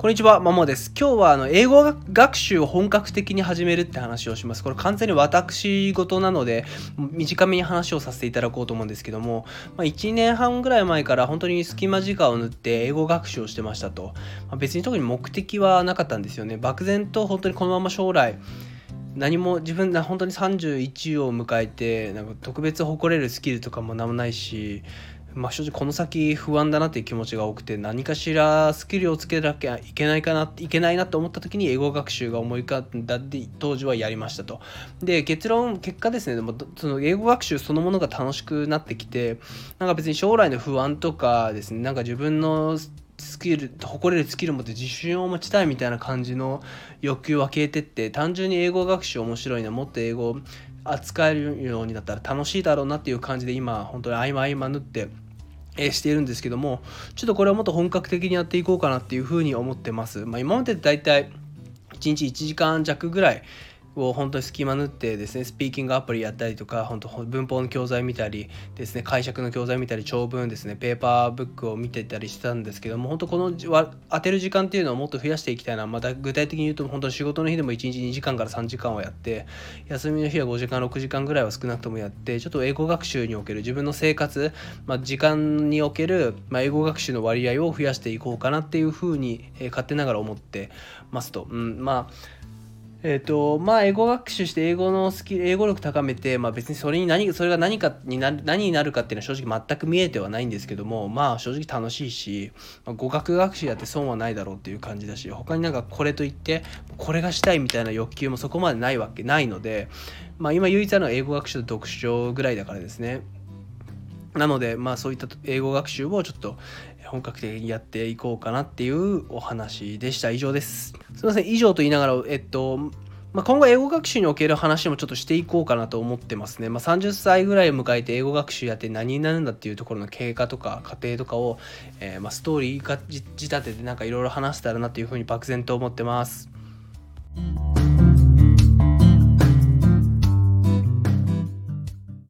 こんにちは、マモです。今日は英語学習を本格的に始めるって話をします。これ完全に私事なので、短めに話をさせていただこうと思うんですけども、1年半ぐらい前から本当に隙間時間を縫って英語学習をしてましたと。別に特に目的はなかったんですよね。漠然と本当にこのまま将来、何も自分が本当に31を迎えて特別誇れるスキルとかも何もないし、正直この先不安だなっていう気持ちが多くて、何かしらスキルをつけなきゃいけないなと思った時に英語学習が思い浮かんだで当時はやりましたと。で結果ですね、でもその英語学習そのものが楽しくなってきて、別に将来の不安とかですね、自分の誇れるスキルを持って自信を持ちたいみたいな感じの欲求は消えてって、単純に英語学習面白いな、もっと英語を扱えるようになったら楽しいだろうなっていう感じで、今本当に合間縫ってしているんですけども、ちょっとこれをもっと本格的にやっていこうかなっていうふうに思ってます。今までだいたい1日1時間弱ぐらいを本当に隙間縫ってですね、スピーキングアプリやったりとか、本当文法の教材見たりですね、解釈の教材見たり、長文ですね、ペーパーブックを見てたりしてたんですけども、本当この当てる時間っていうのをもっと増やしていきたいな。また具体的に言うと、本当に仕事の日でも1日2時間から3時間はやって、休みの日は5時間6時間ぐらいは少なくともやって、ちょっと英語学習における自分の生活、時間における、英語学習の割合を増やしていこうかなっていうふうに、勝手ながら思ってますと。英語学習して英語力高めて、別にそれが何になるかっていうのは正直全く見えてはないんですけども、正直楽しいし、語学学習やって損はないだろうっていう感じだし、他にこれといってこれがしたいみたいな欲求もそこまでないので、今唯一あるのは英語学習と読書ぐらいだからですね。なのでそういった英語学習をちょっと本格的にやっていこうかなっていうお話でした。以上です。すいません、以上と言いながら今後英語学習における話もちょっとしていこうかなと思ってますね。30歳ぐらいを迎えて英語学習やって何になるんだっていうところの経過とか過程とかを、ストーリー仕立てていろいろ話せたらなというふうに漠然と思ってます。